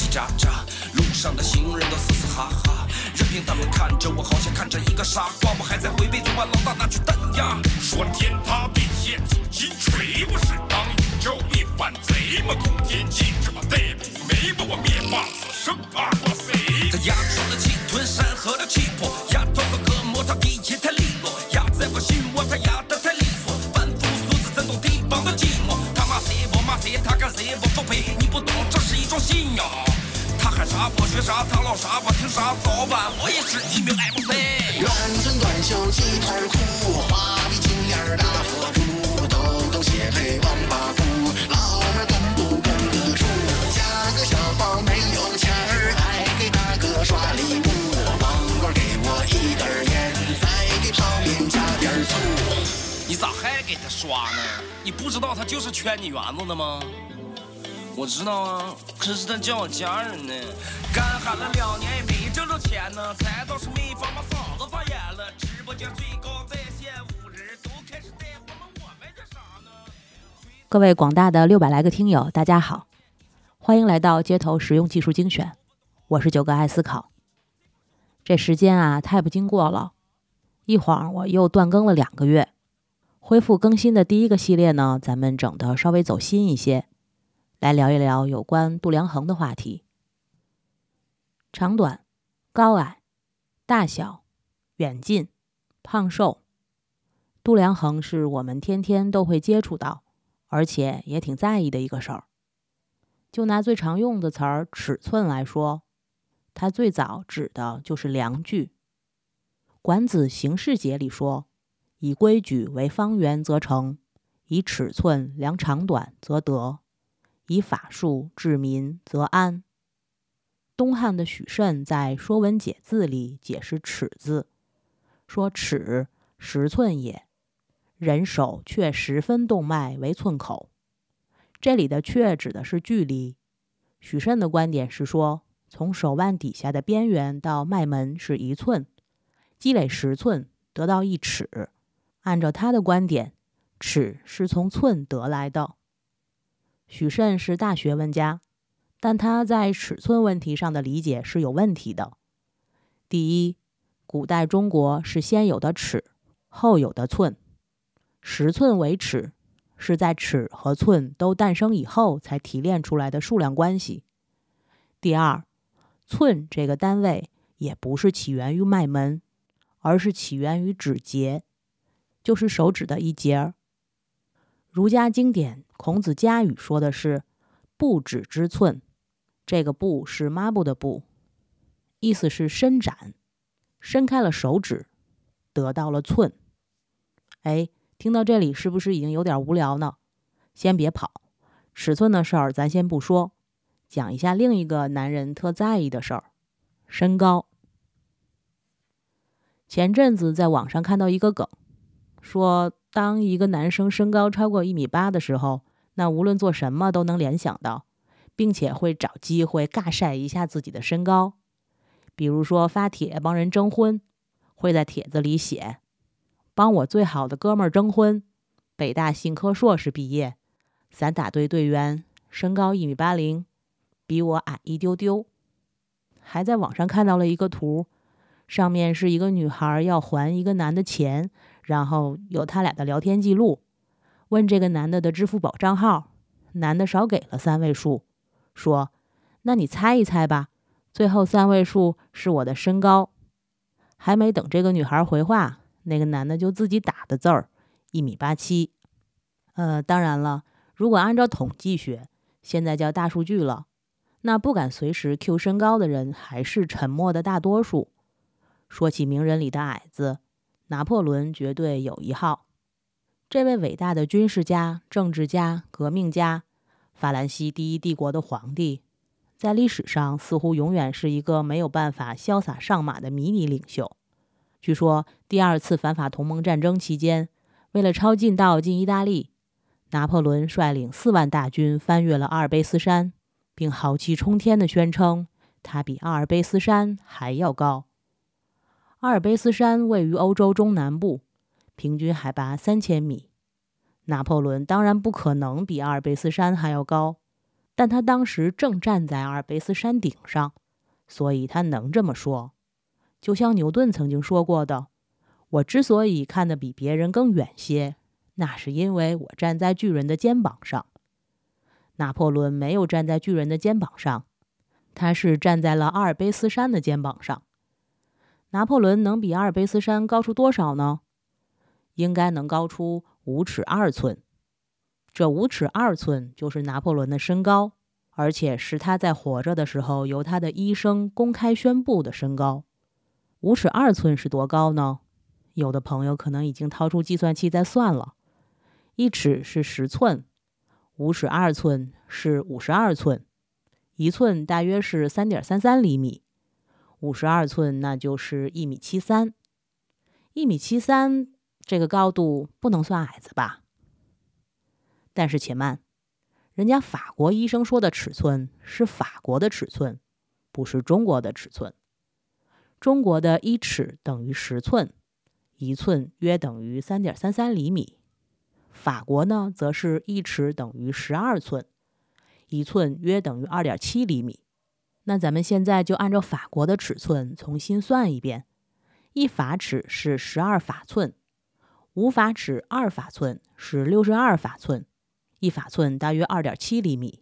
叽喳喳，路上的行人都嘶嘶哈哈，任凭他们看着我，好像看着一个傻瓜。我还在回味昨晚老大那句弹呀，说天塌地陷，金锤我是当宇宙一反贼嘛，空天记这么逮捕没把我灭霸此生啊！哇塞，他压住了气吞山河的气魄，压断了恶魔，他底气太利落，压在我心窝，他压得太利索，凡夫俗子怎懂地方的寂寞？他骂谁我骂谁，他干谁我不配，你不懂这是一种信仰。他喊啥我学啥，他唠啥我听啥，早晚我也是一名 MC。 圆寸短袖鸡腿裤，花臂金链大佛珠，抖抖鞋配王八裤，老妹跟不跟个处？加个小包没有钱儿，还给大哥刷礼物，王官给我一根烟，再给泡面加点醋。 你咋还给他刷呢？你不知道他就是圈你园子的吗？我知道啊，可是他叫我家人呢。干喊了2年也没挣着钱呢，才倒是没法把嗓子发炎了。直播间最高在线5人都开始带货了，我们这啥呢？ 各位广大的600来个听友，大家好，欢迎来到街头实用技术精选，我是九哥爱思考。这时间啊，太不经过了，一晃我又断更了2个月。恢复更新的第一个系列呢，咱们整的稍微走心一些，来聊一聊有关度量衡的话题。长短、高矮、大小、远近、胖瘦，度量衡是我们天天都会接触到，而且也挺在意的一个事儿。就拿最常用的词儿尺寸来说，它最早指的就是量距。管子形式节里说，以规矩为方圆则成，以尺寸量长短则得，以法术治民则安。东汉的许慎在《说文解字》里解释尺字，说尺10寸也，人手却10分动脉为寸口。这里的却指的是距离。许慎的观点是说，从手腕底下的边缘到脉门是1寸，积累10寸得到1尺。按照他的观点，尺是从寸得来的。许慎是大学问家，但他在尺寸问题上的理解是有问题的。第一，古代中国是先有的尺，后有的寸，10寸为尺，是在尺和寸都诞生以后才提炼出来的数量关系。第二，寸这个单位也不是起源于脉门，而是起源于指节，就是手指的一节。儒家经典孔子家语说的是布指之寸，这个布是抹布的布，意思是伸展，伸开了手指，得到了寸。听到这里是不是已经有点无聊呢？先别跑，尺寸的事儿咱先不说，讲一下另一个男人特在意的事儿，身高。前阵子在网上看到一个梗，说当一个男生身高超过1.8米的时候，那无论做什么都能联想到，并且会找机会尬晒一下自己的身高。比如说发帖帮人征婚，会在帖子里写，帮我最好的哥们儿征婚，北大信科硕士毕业，散打队队员，身高1.80米，比我矮一丢丢。还在网上看到了一个图，上面是一个女孩要还一个男的钱，然后有他俩的聊天记录，问这个男的支付宝账号，男的少给了3位数，说那你猜一猜吧，最后3位数是我的身高。还没等这个女孩回话，那个男的就自己打的字儿1.87米。当然了，如果按照统计学，现在叫大数据了，那不敢随时 Q 身高的人还是沉默的大多数。说起名人里的矮子，拿破仑绝对有一号。这位伟大的军事家、政治家、革命家，法兰西第一帝国的皇帝，在历史上似乎永远是一个没有办法潇洒上马的迷你领袖。据说第2次反法同盟战争期间，为了抄近道进意大利，拿破仑率领4万大军翻越了阿尔卑斯山，并豪气冲天地宣称他比阿尔卑斯山还要高。阿尔卑斯山位于欧洲中南部，平均海拔3000米。拿破仑当然不可能比阿尔卑斯山还要高， 但他当时正站在阿尔卑斯山顶上，所以他能这么说。就像牛顿曾经说过的，我之所以看得比别人更远些，那是因为我站在巨人的肩膀上。拿破仑没有站在巨人的肩膀上，他是站在了阿尔卑斯山的肩膀上。拿破仑能比阿尔卑斯山高出多少呢？应该能高出5尺2寸。这5尺2寸就是拿破仑的身高，而且是他在活着的时候由他的医生公开宣布的身高。5尺2寸是多高呢？有的朋友可能已经掏出计算器在算了。1尺是10寸，5尺2寸是52寸，1寸大约是 3.33 厘米，52寸那就是1.73米。1.73米这个高度不能算矮子吧？但是且慢，人家法国医生说的尺寸是法国的尺寸，不是中国的尺寸。中国的1尺等于10寸，1寸约等于 3.33 厘米。法国呢，则是1尺等于12寸，1寸约等于 2.7 厘米。那咱们现在就按照法国的尺寸重新算一遍，1法尺是12法寸，5法尺2法寸是62法寸，1法寸大约 2.7 厘米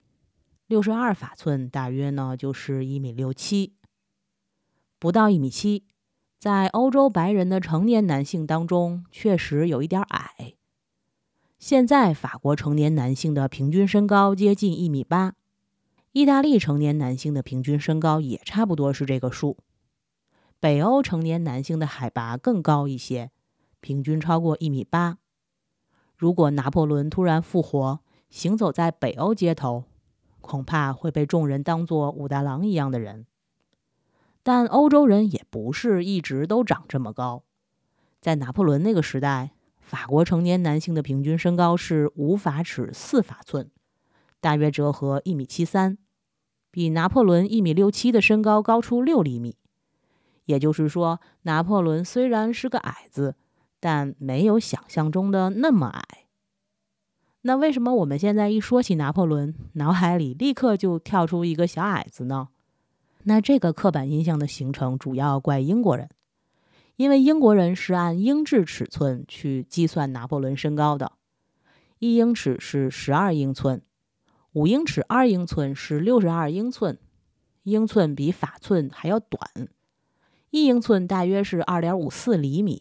，62法寸大约呢就是1.67米。不到1.7米，在欧洲白人的成年男性当中确实有一点矮。现在法国成年男性的平均身高接近1.8米，意大利成年男性的平均身高也差不多是这个数。北欧成年男性的海拔更高一些，平均超过1.8米。如果拿破仑突然复活，行走在北欧街头，恐怕会被众人当作武大郎一样的人。但欧洲人也不是一直都长这么高。在拿破仑那个时代，法国成年男性的平均身高是5法尺4法寸，大约折合1.73米，比拿破仑1.67米的身高高出6厘米。也就是说，拿破仑虽然是个矮子，但没有想象中的那么矮。那为什么我们现在一说起拿破仑，脑海里立刻就跳出一个小矮子呢？那这个刻板印象的形成主要怪英国人，因为英国人是按英制尺寸去计算拿破仑身高的。1英尺是12英寸，5英尺2英寸是62英寸，英寸比法寸还要短。1英寸大约是 2.54 厘米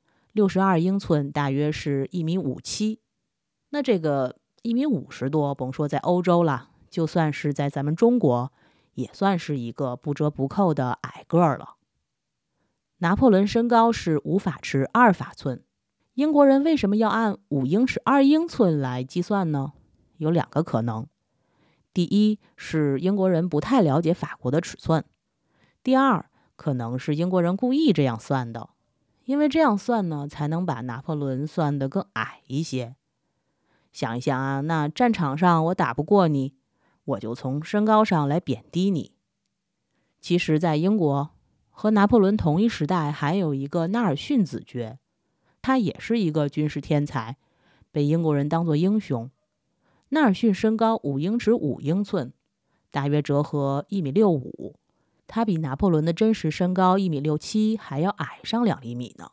，62英寸大约是1.57米。那这个1.50米多，甭说在欧洲了，就算是在咱们中国，也算是一个不折不扣的矮个儿了。拿破仑身高是5法尺2法寸，英国人为什么要按5英尺2英寸来计算呢？有2个可能。第一是英国人不太了解法国的尺寸，第二可能是英国人故意这样算的，因为这样算呢，才能把拿破仑算得更矮一些。想一想啊，那战场上我打不过你，我就从身高上来贬低你。其实在英国和拿破仑同一时代还有一个纳尔逊子爵，他也是一个军事天才，被英国人当作英雄。纳尔逊身高5英尺5英寸，大约折合1.65米，他比拿破仑的真实身高1.67米还要矮上2厘米呢。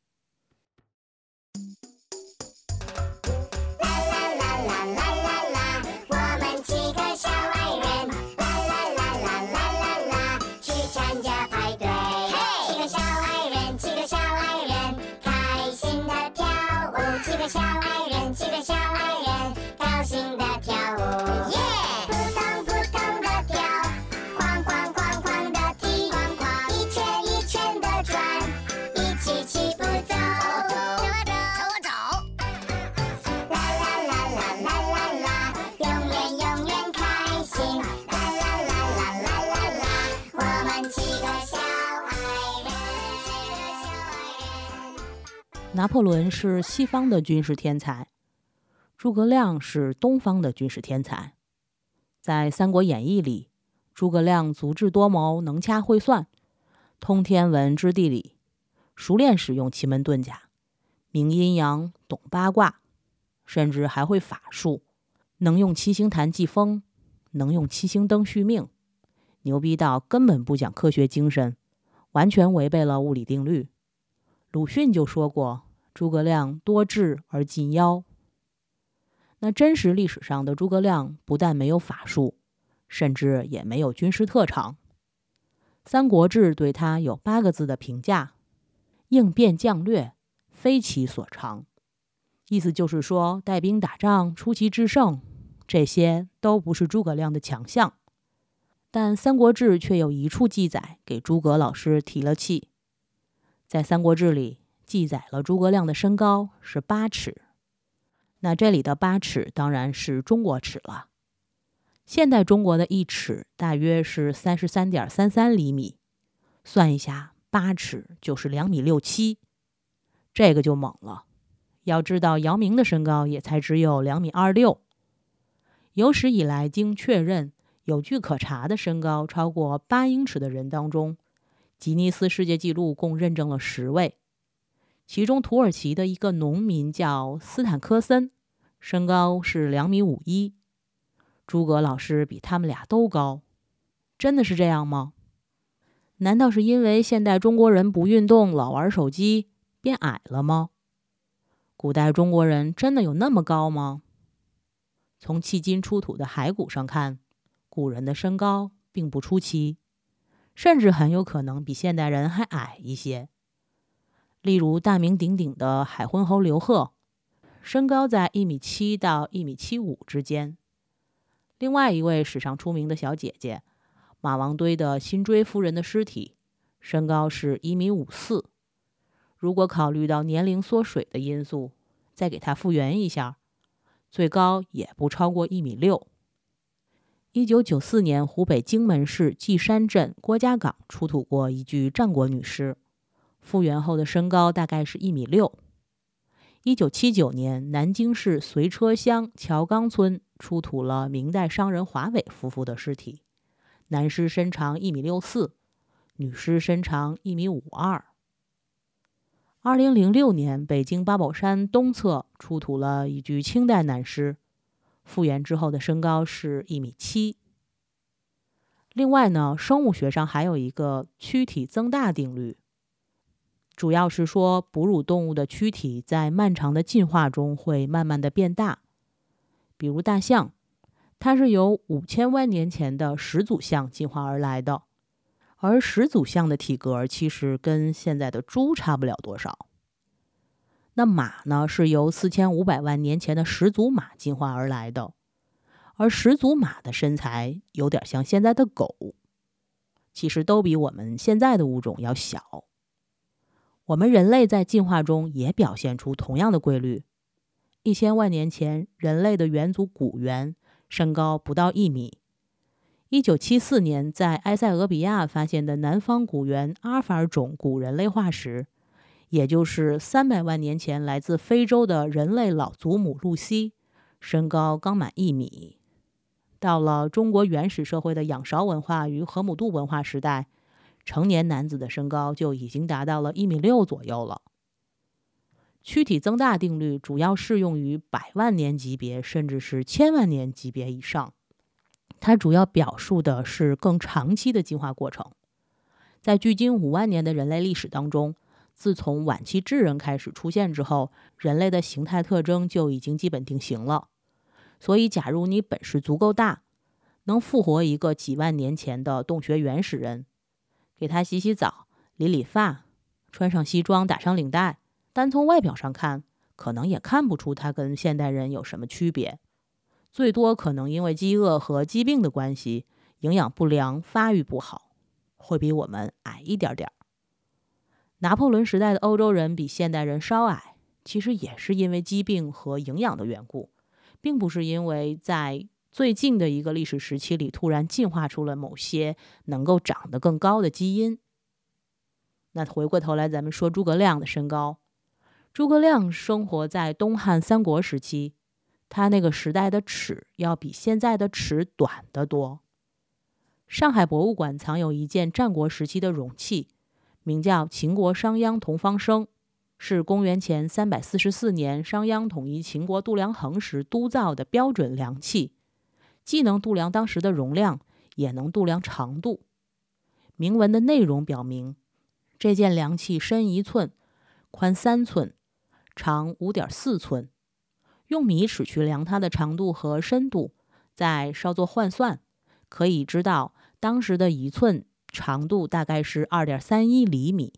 拿破仑是西方的军事天才，诸葛亮是东方的军事天才。在《三国演义》里，诸葛亮足智多谋，能掐会算，通天文知地理，熟练使用奇门遁甲，明阴阳，懂八卦，甚至还会法术，能用七星坛祭风， 能用七星灯续命，牛逼到根本不讲科学精神，完全违背了物理定律。鲁迅就说过，诸葛亮多智而近妖。那真实历史上的诸葛亮不但没有法术，甚至也没有军事特长。三国志对他有8个字的评价：应变将略，非其所长。意思就是说，带兵打仗、出奇制胜，这些都不是诸葛亮的强项。但三国志却有一处记载给诸葛老师提了气。在三国志里记载了诸葛亮的身高是8尺，那这里的8尺当然是中国尺了。现代中国的1尺大约是 33.33 厘米，算一下8尺就是2.67米，这个就猛了。要知道姚明的身高也才只有2.26米。有史以来经确认有据可查的身高超过8英尺的人当中，吉尼斯世界纪录共认证了10位，其中土耳其的一个农民叫斯坦科森，身高是2.51米。诸葛老师比他们俩都高，真的是这样吗？难道是因为现代中国人不运动，老玩手机，变矮了吗？古代中国人真的有那么高吗？从迄今出土的骸骨上看，古人的身高并不出奇，甚至很有可能比现代人还矮一些。例如大名鼎鼎的海昏侯刘贺，身高在1.7米到1.75米之间。另外一位史上出名的小姐姐，马王堆的辛追夫人的尸体，身高是1.54米。如果考虑到年龄缩水的因素，再给它复原一下，最高也不超过1.6米。1994年，湖北荆门市稷山镇郭家岗出土过一具战国女尸，复原后的身高大概是1.6米。1979年，南京市随车乡乔岗村出土了明代商人华伟夫妇的尸体，男尸身长1.64米，女尸身长1.52米。2006年，北京八宝山东侧出土了一具清代男尸，复原之后的身高是1.7米。另外呢，生物学上还有一个躯体增大定律，主要是说哺乳动物的躯体在漫长的进化中会慢慢的变大。比如大象，它是由5000万年前的始祖象进化而来的，而始祖象的体格其实跟现在的猪差不了多少。那马呢，是由4500万年前的始祖马进化而来的，而始祖马的身材有点像现在的狗，其实都比我们现在的物种要小。我们人类在进化中也表现出同样的规律。1000万年前，人类的远祖古猿身高不到1米。1974年，在埃塞俄比亚发现的南方古猿阿尔法尔种古人类化石，也就是300万年前来自非洲的人类老祖母露西，身高刚满1米。到了中国原始社会的仰韶文化与河姆渡文化时代，成年男子的身高就已经达到了1.6米左右了。躯体增大定律主要适用于100万年级别，甚至是1000万年级别以上。它主要表述的是更长期的进化过程。在距今5万年的人类历史当中，自从晚期智人开始出现之后，人类的形态特征就已经基本定型了。所以假如你本事足够大，能复活一个几万年前的洞穴原始人，给他洗洗澡、理理发，穿上西装、打上领带，单从外表上看，可能也看不出他跟现代人有什么区别。最多可能因为饥饿和疾病的关系，营养不良、发育不好，会比我们矮一点点。拿破仑时代的欧洲人比现代人稍矮，其实也是因为疾病和营养的缘故，并不是因为在最近的一个历史时期里突然进化出了某些能够长得更高的基因。那回过头来咱们说诸葛亮的身高。诸葛亮生活在东汉三国时期，他那个时代的尺要比现在的尺短得多。上海博物馆藏有一件战国时期的容器，名叫秦国商鞅同方生，是公元前344年商鞅统一秦国度量衡时督造的标准量器。 既能度量当时的容量，也能度量长度。铭文的内容表明，这件量器深1寸，宽3寸，长5.4寸。用米尺去量它的长度和深度，再稍作换算，可以知道当时的1寸长度大概是2.31厘米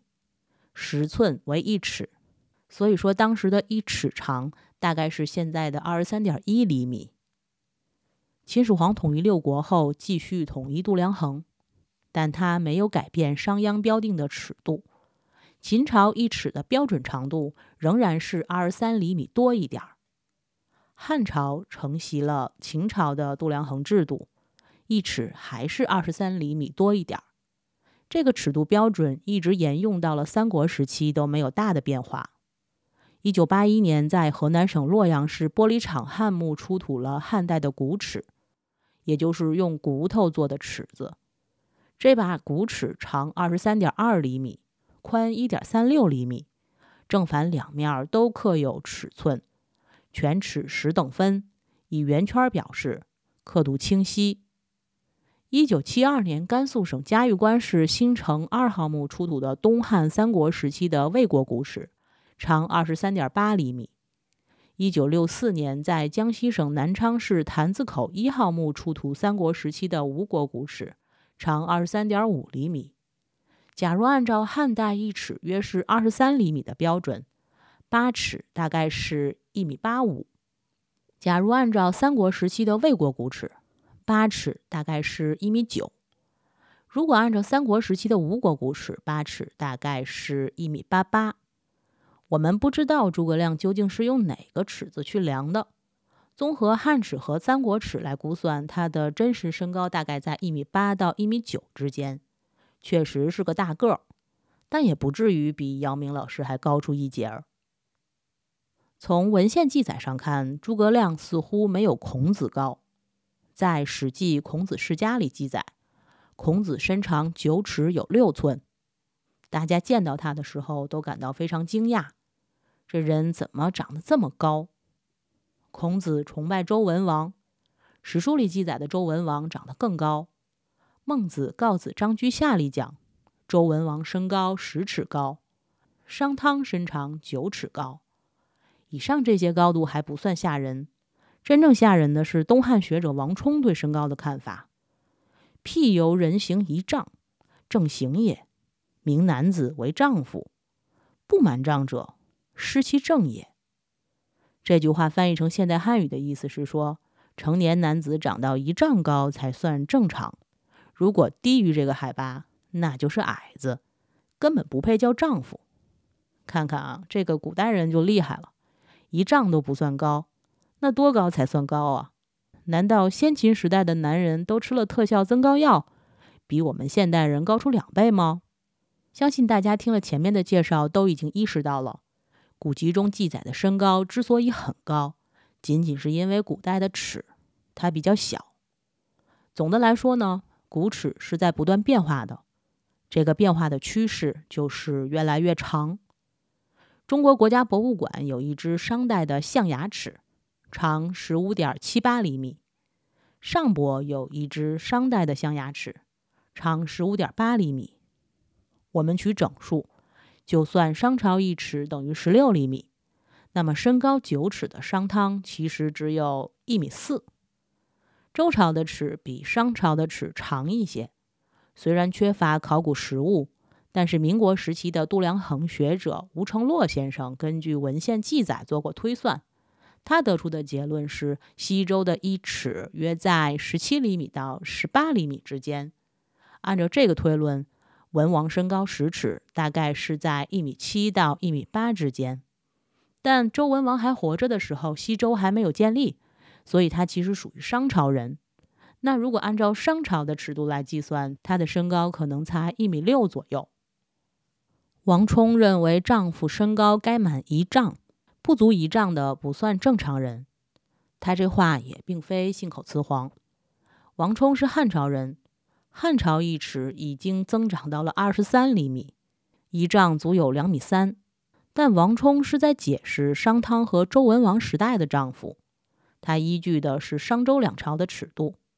，10寸为1尺，所以说当时的1尺长大概是现在的23.1厘米。秦始皇统一6国后继续统一度量衡，但他没有改变商鞅标定的尺度。秦朝1尺的标准长度仍然是23厘米多一点。汉朝承袭了秦朝的度量衡制度，1尺还是23厘米多一点。这个尺度标准一直沿用到了三国时期都没有大的变化。1981年，在河南省洛阳市玻璃厂汉墓出土了汉代的骨尺，也就是用骨头做的尺子。这把骨尺长23.2厘米，宽1.36厘米，正反两面都刻有尺寸，全尺10等分，以圆圈表示，刻度清晰。1972年，甘肃省嘉峪关市新城2号墓出土的东汉三国时期的魏国骨尺，长23.8厘米。1964年，在江西省南昌市坛子口1号墓出土三国时期的吴国骨尺，长23.5厘米。假如按照汉代1尺约是23厘米的标准，8尺大概是1.85米。假如按照三国时期的魏国骨尺，8尺大概是1.9米。如果按照三国时期的吴国骨尺，8尺大概是1.88米。我们不知道诸葛亮究竟是用哪个尺子去量的。综合汉尺和三国尺来估算，他的真实身高大概在1.8米到1.9米之间，确实是个大个儿，但也不至于比姚明老师还高出一截儿。从文献记载上看，诸葛亮似乎没有孔子高。在《史记·孔子世家》里记载，孔子身长9尺有6寸，大家见到他的时候都感到非常惊讶，这人怎么长得这么高？孔子崇拜周文王，史书里记载的周文王长得更高。孟子《告子章居下》里讲，周文王身高10尺高，商汤身长9尺高。以上这些高度还不算吓人，真正吓人的是东汉学者王充对身高的看法。譬犹人行1丈，正行也，名男子为丈夫，不满丈者，失其正也。这句话翻译成现代汉语的意思是说，成年男子长到1丈高才算正常，如果低于这个海拔，那就是矮子，根本不配叫丈夫。看看啊，这个古代人就厉害了，1丈都不算高，那多高才算高啊？难道先秦时代的男人都吃了特效增高药，比我们现代人高出2倍吗？相信大家听了前面的介绍都已经意识到了，古籍中记载的身高之所以很高，仅仅是因为古代的尺它比较小。总的来说呢，骨尺是在不断变化的，这个变化的趋势就是越来越长。中国国家博物馆有一只商代的象牙尺，长15.78厘米。上博有一只商代的象牙尺，长15.8厘米。我们取整数，就算商朝1尺等于16厘米，那么身高9尺的商汤其实只有1.4米。周朝的尺比商朝的尺长一些，虽然缺乏考古实物，但是民国时期的度量衡学者吴承洛先生根据文献记载做过推算，他得出的结论是西周的1尺约在17厘米到18厘米之间。按照这个推论，文王身高10尺大概是在1.7米到1.8米之间。但周文王还活着的时候，西周还没有建立，所以他其实属于商朝人。那如果按照商朝的尺度来计算，他的身高可能才1.6米左右。王充认为丈夫身高该满1丈，不足1丈的不算正常人。他这话也并非信口雌黄。王充是汉朝人，汉朝1尺已经增长到了23厘米，1丈足有2.3米。但王充是在解释商汤和周文王时代的丈夫，他依据的是商周两朝的尺度。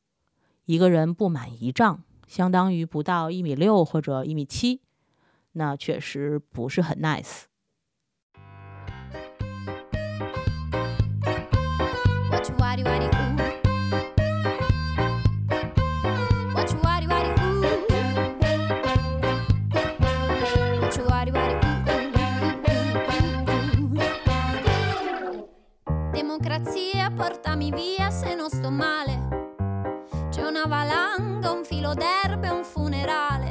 一个人不满1丈，相当于不到1.6米或者1.7米，那确实不是很 nice。 Democrazia, portami via se non sto male. C'è una valanga, un filo d'erba e un funerale.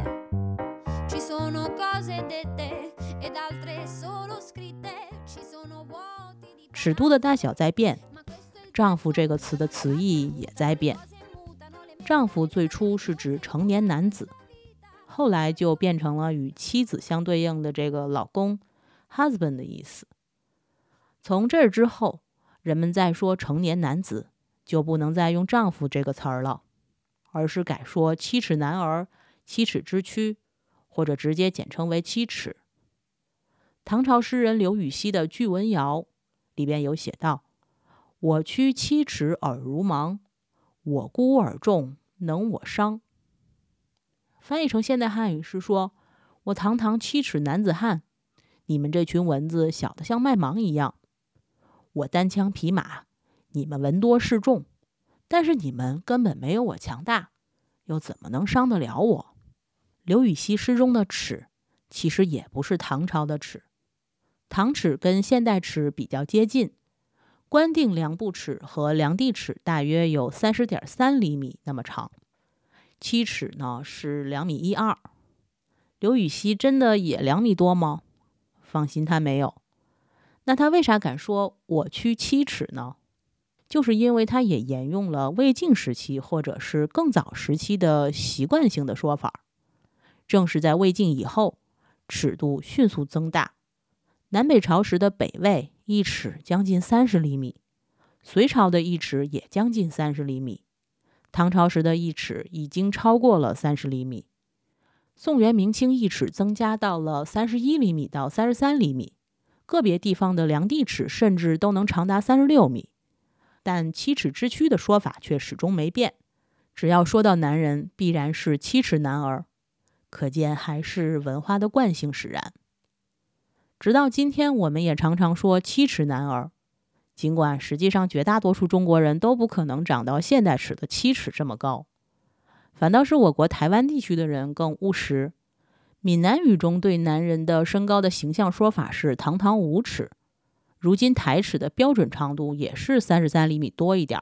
Ci sono cose dette ed altre solo scritte. Ci sono vuoti di 尺度的大小在变，丈夫这个词的词义也在变。丈夫最初是指成年男子，后来就变成了与妻子相对应的这个老公 husband 的意思。从这儿之后，人们在说成年男子就不能再用丈夫这个词儿了，而是改说七尺男儿、七尺之躯，或者直接简称为七尺。唐朝诗人刘禹锡的《句文谣》里边有写道：我躯七尺耳如芒，我孤耳重能我伤。翻译成现代汉语是说，我堂堂七尺男子汉，你们这群蚊子小得像麦芒一样。我单枪匹马，你们闻多势众，但是你们根本没有我强大，又怎么能伤得了我？刘禹锡诗中的尺其实也不是唐朝的尺，唐尺跟现代尺比较接近，官定量步尺和量地尺大约有 30.3 厘米那么长，七尺呢是2.12米。刘禹锡真的也2米多吗？放心，他没有。那他为啥敢说我躯七尺呢？就是因为他也沿用了魏晋时期或者是更早时期的习惯性的说法。正是在魏晋以后，尺度迅速增大。南北朝时的北魏一尺将近30厘米，隋朝的一尺也将近30厘米，唐朝时的一尺已经超过了30厘米，宋元明清一尺增加到了31厘米到33厘米，个别地方的量地尺甚至都能长达36米。但七尺之躯的说法却始终没变，只要说到男人，必然是七尺男儿，可见还是文化的惯性使然。直到今天，我们也常常说七尺男儿，尽管实际上绝大多数中国人都不可能长到现代尺的7尺这么高，反倒是我国台湾地区的人更务实。闽南语中对男人的身高的形象说法是堂堂5尺，如今台尺的标准长度也是33厘米多一点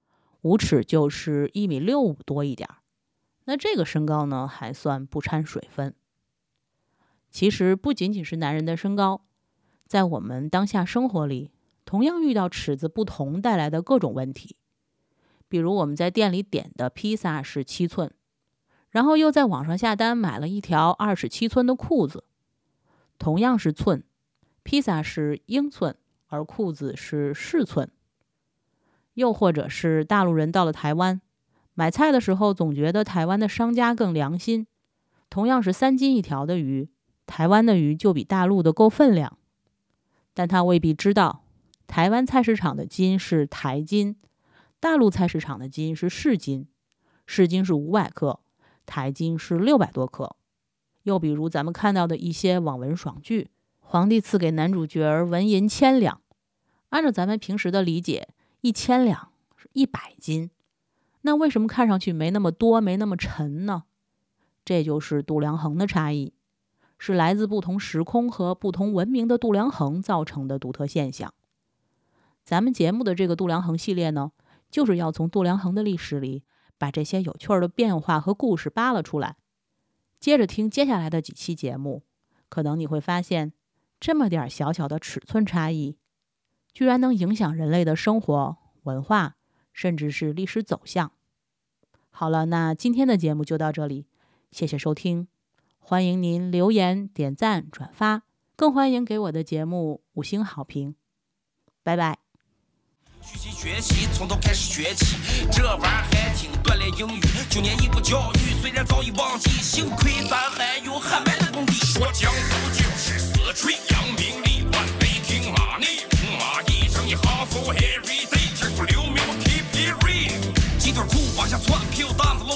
，5尺就是1.65米多一点。那这个身高呢，还算不掺水分。其实不仅仅是男人的身高，在我们当下生活里，同样遇到尺子不同带来的各种问题。比如我们在店里点的披萨是7寸，然后又在网上下单买了一条27寸的裤子，同样是寸，披萨是英寸，而裤子是4寸。又或者是大陆人到了台湾，买菜的时候总觉得台湾的商家更良心，同样是3斤一条的鱼，台湾的鱼就比大陆的够分量。但他未必知道，台湾菜市场的斤是台斤，大陆菜市场的斤是市斤，市斤是500克，台斤是600多克。又比如咱们看到的一些网文爽剧，皇帝赐给男主角纹银1000两，按照咱们平时的理解，1000两是100斤，那为什么看上去没那么多，没那么沉呢？这就是度量衡的差异，是来自不同时空和不同文明的度量衡造成的独特现象。咱们节目的这个度量衡系列呢，就是要从度量衡的历史里把这些有趣的变化和故事扒了出来。接着听接下来的几期节目，可能你会发现，这么点小小的尺寸差异，居然能影响人类的生活、文化，甚至是历史走向。好了，那今天的节目就到这里，谢谢收听，欢迎您留言、点赞、转发，更欢迎给我的节目5星好评。拜拜。 虚心学习，从头开始学起，这玩意儿还挺锻炼英语。9年义务教育虽然早已忘记，幸亏咱还有汉白的功底。说江湖就是死吹扬名利，万杯听马内，马一声一哈 so every day， 只顾留名 keep it real， 鸡腿裤往下窜，屁股蛋子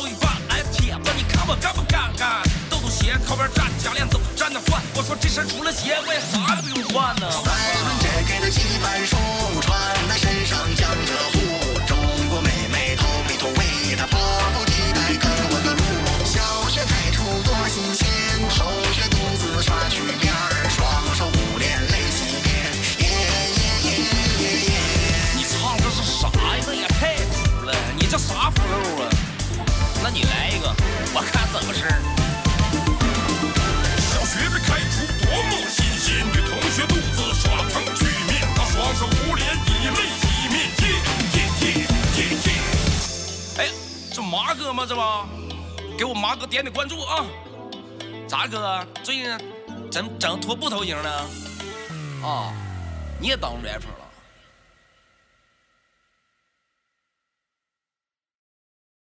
事除了鞋我也啥也不用换呢。 3轮这给的几番书，穿在身上江浙沪，中国妹妹头里头围，她迫不及待跟我个路。小学开出多新鲜，后学独自刷曲面，双手捂脸泪洗面，耶耶耶耶耶。 你唱的是啥呀？那也太土了，你这啥 flow 啊？那你来一个，我看怎么事儿。小学被开除多么新鲜，女同学独自刷成曲面，她双手捂脸以泪洗面，耶耶耶耶耶。哎，这麻哥吗？这吧，给我麻哥点点关注啊！咋哥最近整拖布头型呢？啊，你也当 rapper 了？